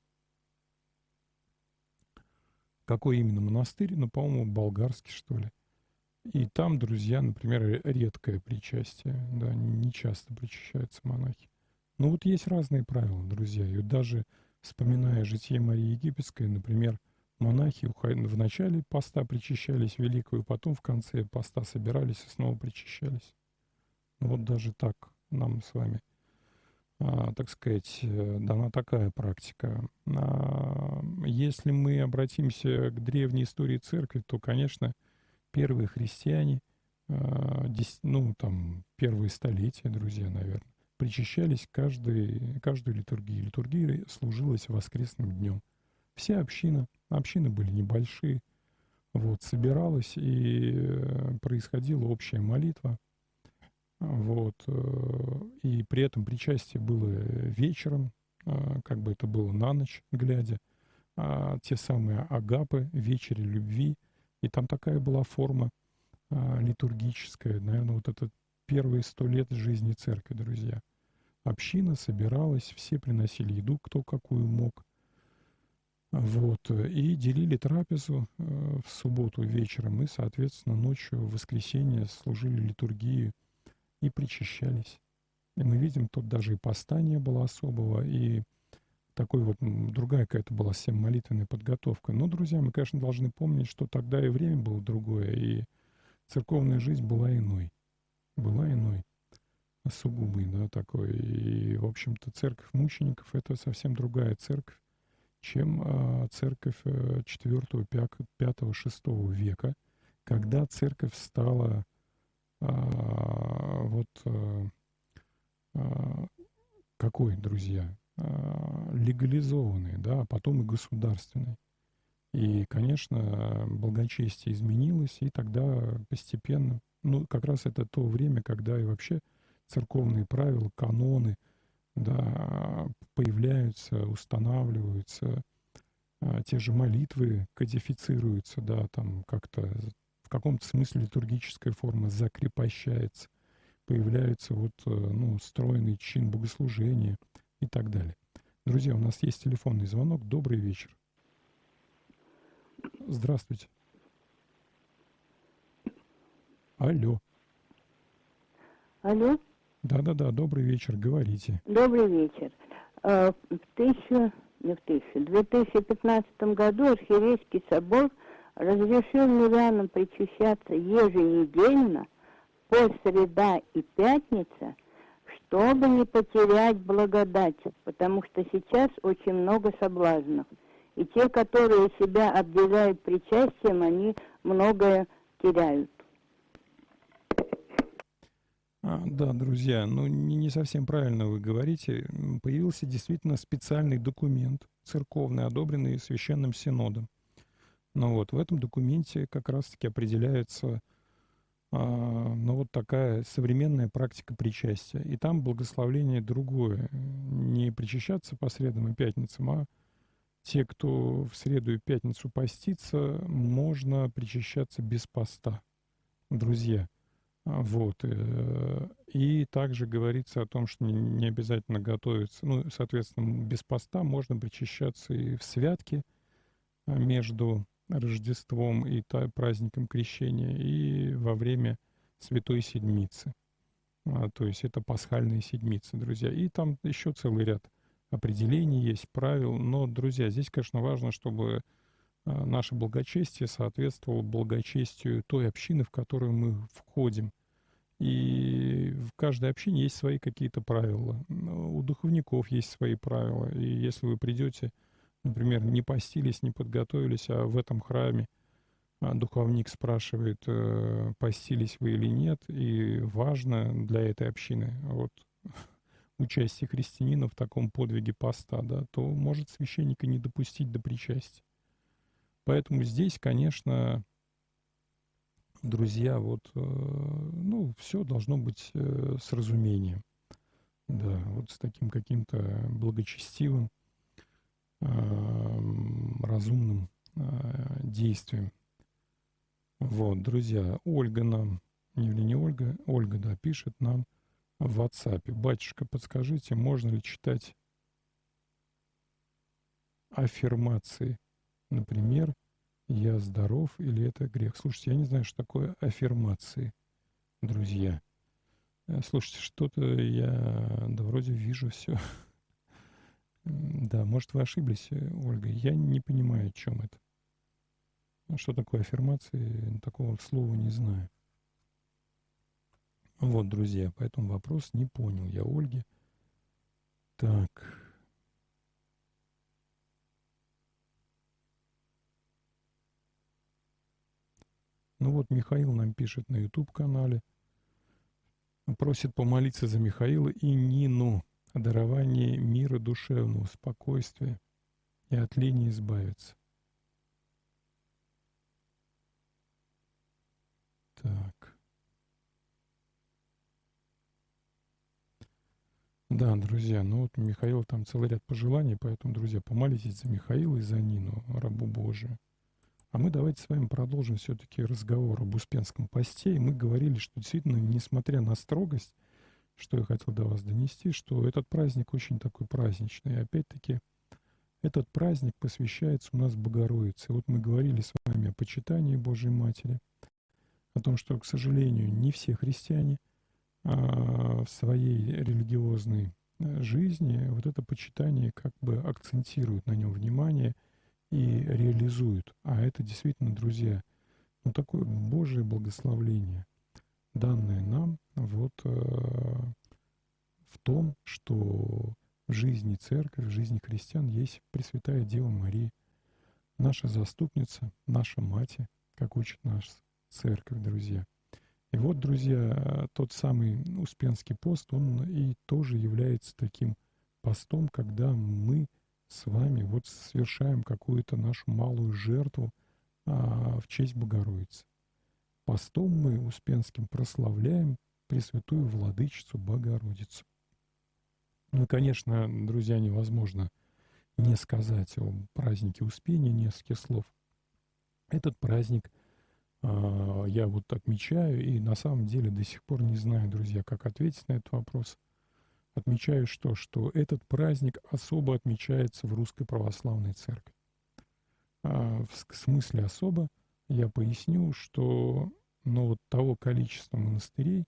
какой именно монастырь, но, по-моему, болгарский, что ли. И там, друзья, например, редкое причастие, да, не часто причащаются монахи. Но вот есть разные правила, друзья. И вот даже вспоминая житие Марии Египетской, например, монахи в начале поста причащались великую, потом в конце поста собирались и снова причащались. Вот даже так нам с вами, так сказать, дана такая практика. Если мы обратимся к древней истории церкви, то, конечно, первые христиане, ну, там, первые столетия, друзья, наверное, причащались каждую литургию. Литургия служилась воскресным днем. Вся общины были небольшие, вот, собиралась, и происходила общая молитва, вот, и при этом причастие было вечером, как бы это было на ночь глядя, те самые агапы, вечери любви, и там такая была форма литургическая, наверное, вот это первые 100 лет жизни церкви, друзья. Община собиралась, все приносили еду, кто какую мог, вот, и делили трапезу в субботу вечером, и, соответственно, ночью, в воскресенье служили литургию и причащались. И мы видим, тут даже и поста не было особого, и такой вот другая какая-то была совсем молитвенная подготовка. Но, друзья, мы, конечно, должны помнить, что тогда и время было другое, и церковная жизнь была иной. Была иной, сугубой, да, такой. И, в общем-то, церковь мучеников — это совсем другая церковь, чем церковь 4, 5, 6 века, когда церковь стала какой, друзья, легализованной, да, а потом и государственной. И, конечно, благочестие изменилось, и тогда постепенно, ну, как раз это то время, когда и вообще церковные правила, каноны, да, появляются, устанавливаются, те же молитвы кодифицируются, да, там как-то в каком-то смысле литургическая форма закрепощается, появляется вот, ну, стройный чин богослужения и так далее. Друзья, у нас есть телефонный звонок. Добрый вечер. Здравствуйте. Алло. Алло. Да-да-да, добрый вечер, говорите. Добрый вечер. В 2015 году Архиерейский собор разрешил мирянам причащаться еженедельно по среда и пятница, чтобы не потерять благодать, потому что сейчас очень много соблазнов. И те, которые себя обделяют причастием, они многое теряют. Да, друзья, ну не совсем правильно вы говорите. Появился действительно специальный документ церковный, одобренный Священным Синодом. Ну вот, в этом документе как раз-таки определяется ну вот такая современная практика причастия. И там благословление другое. Не причащаться по средам и пятницам, а те, кто в среду и пятницу постится, можно причащаться без поста, друзья. Вот. И также говорится о том, что не обязательно готовиться. Ну, соответственно, без поста можно причащаться и в святке между Рождеством и праздником Крещения, и во время Святой Седмицы. То есть это пасхальные седмицы, друзья. И там еще целый ряд определений есть, правил. Но, друзья, здесь, конечно, важно, чтобы наше благочестие соответствовало благочестию той общины, в которую мы входим. И в каждой общине есть свои какие-то правила. У духовников есть свои правила. И если вы придете, например, не постились, не подготовились, а в этом храме Духовник спрашивает, постились вы или нет, и важно для этой общины вот участие христианина в таком подвиге поста, да, то может священника не допустить до причастия. Поэтому здесь, конечно, друзья, вот, ну, все должно быть с разумением, да, вот с таким каким-то благочестивым, разумным действием. Вот, друзья, Ольга нам, или не Ольга, Ольга, да, пишет нам в WhatsApp. Батюшка, подскажите, можно ли читать аффирмации? Например, «Я здоров» или «Это грех». Слушайте, я не знаю, что такое аффирмации, друзья. Слушайте, что-то я, да, вроде вижу все. Да, может, вы ошиблись, Ольга. Я не понимаю, о чем это. Что такое аффирмации, такого слова не знаю. Вот, друзья, поэтому вопрос не понял я Ольги. Так. Ну вот, Михаил нам пишет на YouTube-канале. Просит помолиться за Михаила и Нину о даровании мира душевного, спокойствия и от лени избавиться. Так. Да, друзья, ну вот Михаил там целый ряд пожеланий, поэтому, друзья, помолитесь за Михаила и за Нину, рабу Божию. А мы давайте с вами продолжим все-таки разговор об Успенском посте. И мы говорили, что действительно, несмотря на строгость, что я хотел до вас донести, что этот праздник очень такой праздничный. И опять-таки, этот праздник посвящается у нас Богородице. Вот мы говорили с вами о почитании Божьей Матери, о том, что, к сожалению, не все христиане в своей религиозной жизни вот это почитание как бы акцентируют на нем внимание и реализуют. А это действительно, друзья, ну такое Божие благословление, данное нам вот в том, что в жизни церкви, в жизни христиан есть Пресвятая Дева Мария, наша заступница, наша мать, как учит наша церковь, друзья. И вот, друзья, тот самый Успенский пост, он и тоже является таким постом, когда мы с вами вот совершаем какую-то нашу малую жертву в честь Богородицы. Постом мы Успенским прославляем Пресвятую Владычицу Богородицу. Ну и, конечно, друзья, невозможно не сказать о празднике Успения нескольких слов. Этот праздник я вот отмечаю, и на самом деле до сих пор не знаю, друзья, как ответить на этот вопрос. Отмечаю, что этот праздник особо отмечается в Русской Православной Церкви. В смысле особо я поясню, что ну, вот того количества монастырей,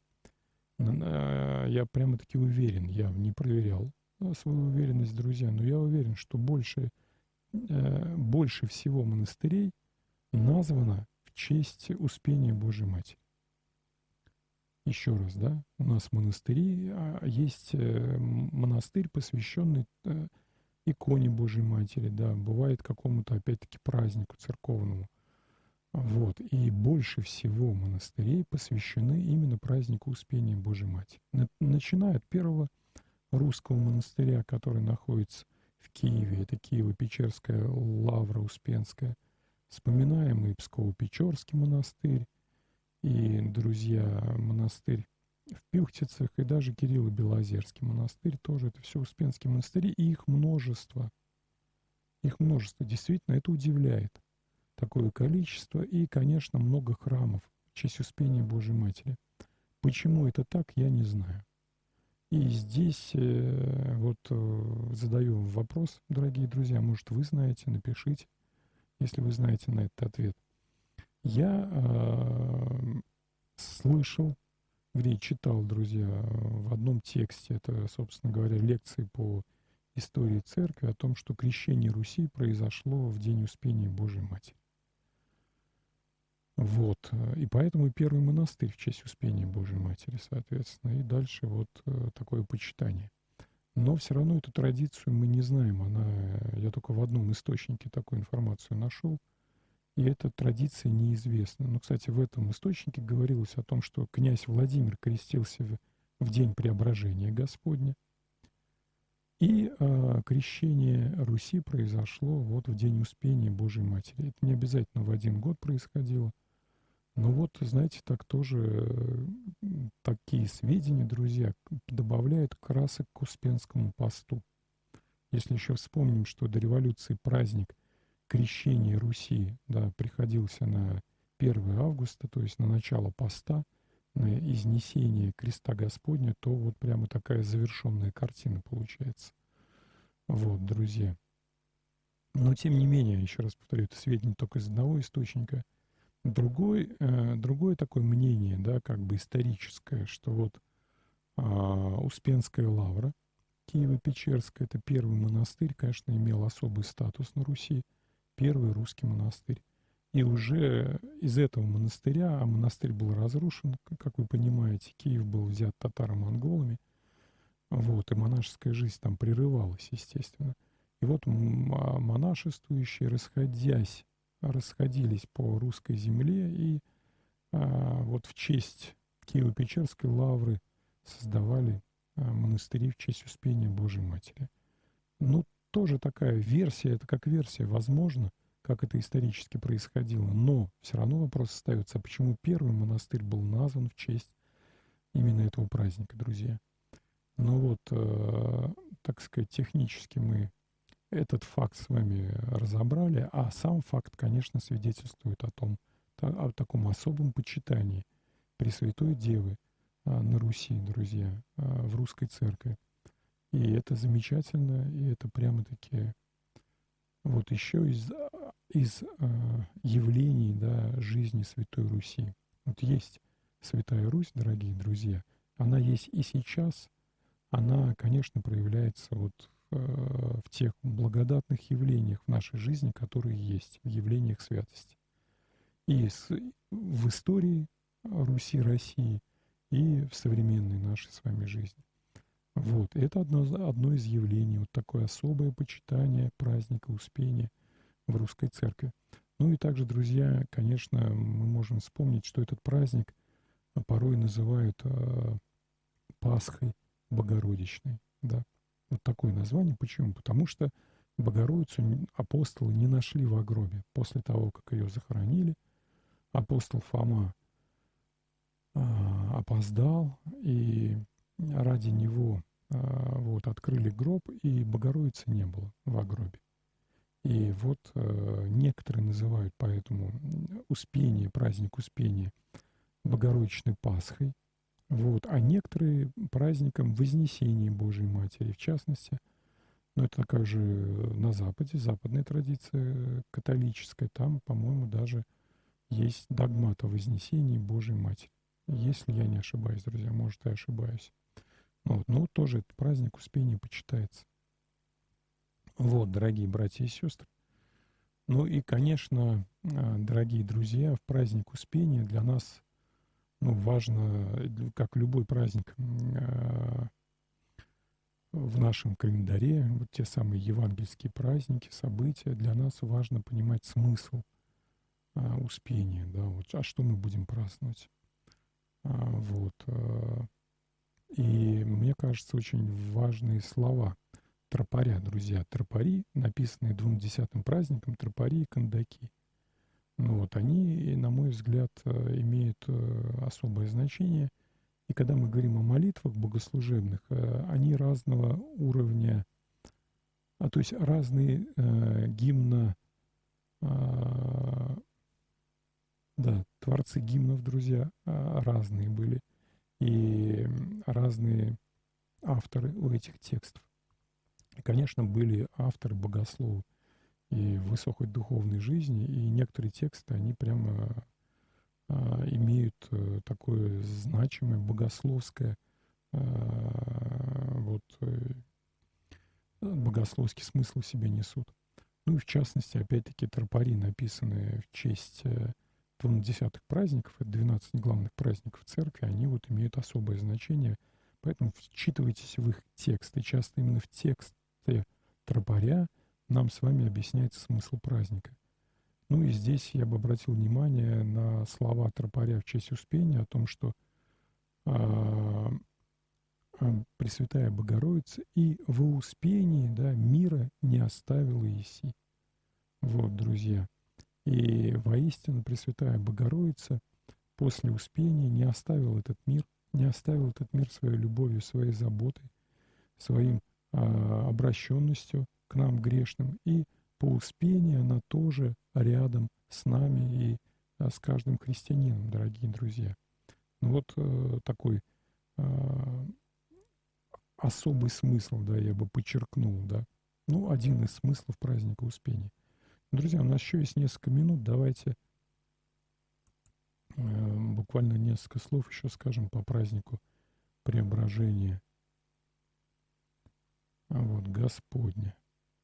я прямо-таки уверен, я не проверял свою уверенность, друзья, но я уверен, что больше всего монастырей названо в честь Успения Божьей Матери. Еще раз, да, у нас монастыри, есть монастырь, посвященный иконе Божьей Матери, да, бывает какому-то, опять-таки, празднику церковному. Вот, и больше всего монастырей посвящены именно празднику Успения Божьей Матери. Начиная от первого русского монастыря, который находится в Киеве, это Киево-Печерская лавра Успенская, вспоминаем и Псково-Печорский монастырь, и, друзья, монастырь в Пюхтицах, и даже Кирилло-Белозерский монастырь, тоже это все Успенские монастыри, и их множество. Их множество, действительно, это удивляет. Такое количество, и, конечно, много храмов в честь Успения Божьей Матери. Почему это так, я не знаю. И здесь вот задаю вопрос, дорогие друзья, может, вы знаете, напишите, если вы знаете на этот ответ. Я слышал, где читал, друзья, в одном тексте, это, собственно говоря, лекции по истории церкви, о том, что крещение Руси произошло в день Успения Божьей Матери. Вот, и поэтому и первый монастырь в честь Успения Божьей Матери, соответственно, и дальше вот такое почитание. Но все равно эту традицию мы не знаем, я только в одном источнике такую информацию нашел, и эта традиция неизвестна. Но, кстати, в этом источнике говорилось о том, что князь Владимир крестился в день Преображения Господня, и крещение Руси произошло вот в день Успения Божьей Матери. Это не обязательно в один год происходило. Но вот, знаете, так тоже такие сведения, друзья, добавляют красок к Успенскому посту. Если еще вспомним, что до революции праздник крещения Руси, да, приходился на 1 августа, то есть на начало поста, на изнесение креста Господня, то вот прямо такая завершенная картина получается. Вот, друзья. Но, тем не менее, еще раз повторю, это сведения только из одного источника. Другое такое мнение, да, как бы историческое, что вот Успенская лавра Киево-Печерская, это первый монастырь, конечно, имел особый статус на Руси, первый русский монастырь. И уже из этого монастыря, а монастырь был разрушен, как вы понимаете, Киев был взят татаро-монголами, вот, и монашеская жизнь там прерывалась, естественно. И вот монашествующие, расходились по русской земле, и вот в честь Киево-Печерской лавры создавали монастыри в честь Успения Божьей Матери. Ну, тоже такая версия, это как версия, возможно, как это исторически происходило, но все равно вопрос остается, почему первый монастырь был назван в честь именно этого праздника, друзья. Ну вот, так сказать, технически мы этот факт с вами разобрали, а сам факт, конечно, свидетельствует о таком особом почитании Пресвятой Девы на Руси, друзья, в русской церкви. И это замечательно, и это прямо-таки вот еще из явлений, да, жизни Святой Руси. Вот есть Святая Русь, дорогие друзья, она есть и сейчас, она, конечно, проявляется вот в тех благодатных явлениях в нашей жизни, которые есть, в явлениях святости. И в истории Руси, России, и в современной нашей с вами жизни. Вот, это одно из явлений, вот такое особое почитание праздника Успения в русской церкви. Ну и также, друзья, конечно, мы можем вспомнить, что этот праздник порой называют Пасхой Богородичной, да. Вот такое название. Почему? Потому что Богородицу апостолы не нашли в гробе. После того, как ее захоронили, апостол Фома опоздал, и ради него вот открыли гроб, и Богородицы не было в гробе. И вот некоторые называют поэтому Успение, праздник Успения Богородичной Пасхой, вот, а некоторые праздником Вознесения Божией Матери, в частности, ну, это такая же на Западе, западная традиция католическая, там, по-моему, даже есть догмат о Вознесении Божией Матери. Если я не ошибаюсь, друзья, может, я ошибаюсь. Вот, но тоже этот праздник Успения почитается. Вот, дорогие братья и сестры. Ну и, конечно, дорогие друзья, в праздник Успения для нас, ну, важно, как любой праздник в нашем календаре, вот те самые евангельские праздники, события, для нас важно понимать смысл Успения, да, вот, а что мы будем праздновать. Вот. И мне кажется, очень важные слова тропаря, друзья. Тропари, написанные 20 праздником, тропари и кандаки. Ну вот, они, на мой взгляд, имеют особое значение. И когда мы говорим о молитвах богослужебных, они разного уровня, то есть разные гимна, да, творцы гимнов, друзья, разные были. И разные авторы у этих текстов. И, конечно, были авторы богословы и в высокой духовной жизни, и некоторые тексты, они прямо имеют такое значимое богословское, вот, богословский смысл в себе несут. Ну и в частности, опять-таки, тропари, написанные в честь 20 праздников, это 12 главных праздников церкви, они вот имеют особое значение, поэтому вчитывайтесь в их тексты. Часто именно в тексте тропаря нам с вами объясняется смысл праздника. Ну и здесь я бы обратил внимание на слова тропаря в честь Успения о том, что Пресвятая Богородица и во Успении, да, мира не оставила Иси. Вот, друзья. И воистину Пресвятая Богородица после Успения не оставила этот мир своей любовью, своей заботой, своим обращенностью к нам грешным. И по Успении она тоже рядом с нами и с каждым христианином, дорогие друзья. Ну вот такой особый смысл, да, я бы подчеркнул, да. Ну, один из смыслов праздника Успения. Друзья, у нас еще есть несколько минут, давайте буквально несколько слов еще скажем по празднику Преображения. Вот, Господня.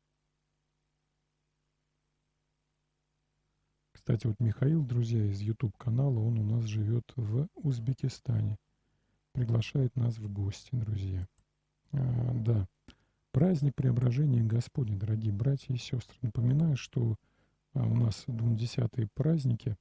Кстати, вот Михаил, друзья, из YouTube-канала, он у нас живет в Узбекистане. Приглашает нас в гости, друзья. Да, праздник Преображения Господня, дорогие братья и сестры. Напоминаю, что у нас 20-е праздники.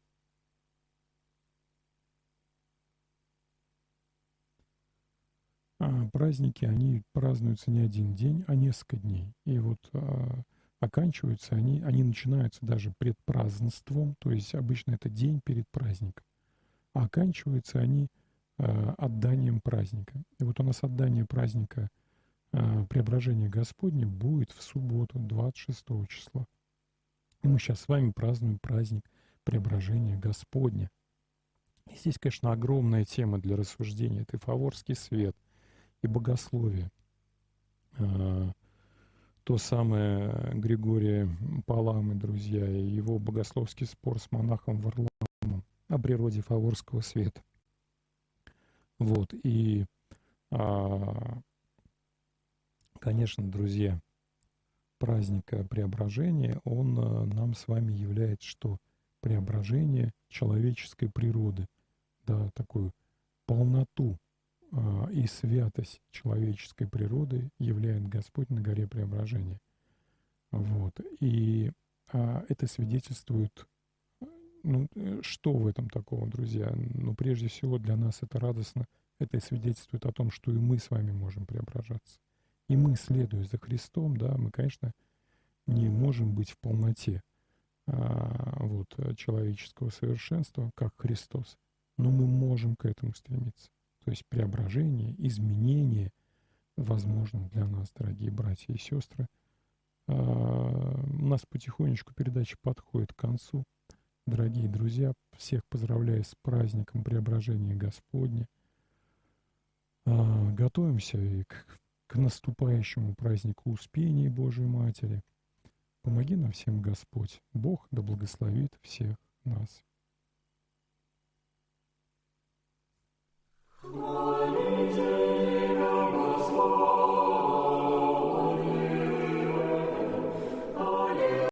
Праздники, они празднуются не один день, а несколько дней. И вот оканчиваются они начинаются даже предпразднеством, то есть обычно это день перед праздником. А оканчиваются они отданием праздника. И вот у нас отдание праздника Преображения Господня будет в субботу, 26 числа. И мы сейчас с вами празднуем праздник Преображения Господня. И здесь, конечно, огромная тема для рассуждения. Это и Фаворский свет, и богословие. То самое Григория Паламы, друзья, и его богословский спор с монахом Варламом о природе Фаворского света. Вот, и, конечно, друзья, праздника Преображения, он нам с вами являет что? Преображение человеческой природы, да, такую полноту и святость человеческой природы являет Господь на горе Преображения. Вот, и это свидетельствует, ну, что в этом такого, друзья? Ну, прежде всего, для нас это радостно. Это свидетельствует о том, что и мы с вами можем преображаться. И мы, следуя за Христом, да, мы, конечно, не можем быть в полноте вот, человеческого совершенства, как Христос. Но мы можем к этому стремиться. То есть преображение, изменение возможно для нас, дорогие братья и сестры. У нас потихонечку передача подходит к концу. Дорогие друзья, всех поздравляю с праздником Преображения Господня. Готовимся и к наступающему празднику Успения Божией Матери. Помоги нам всем, Господь. Бог да благословит всех нас.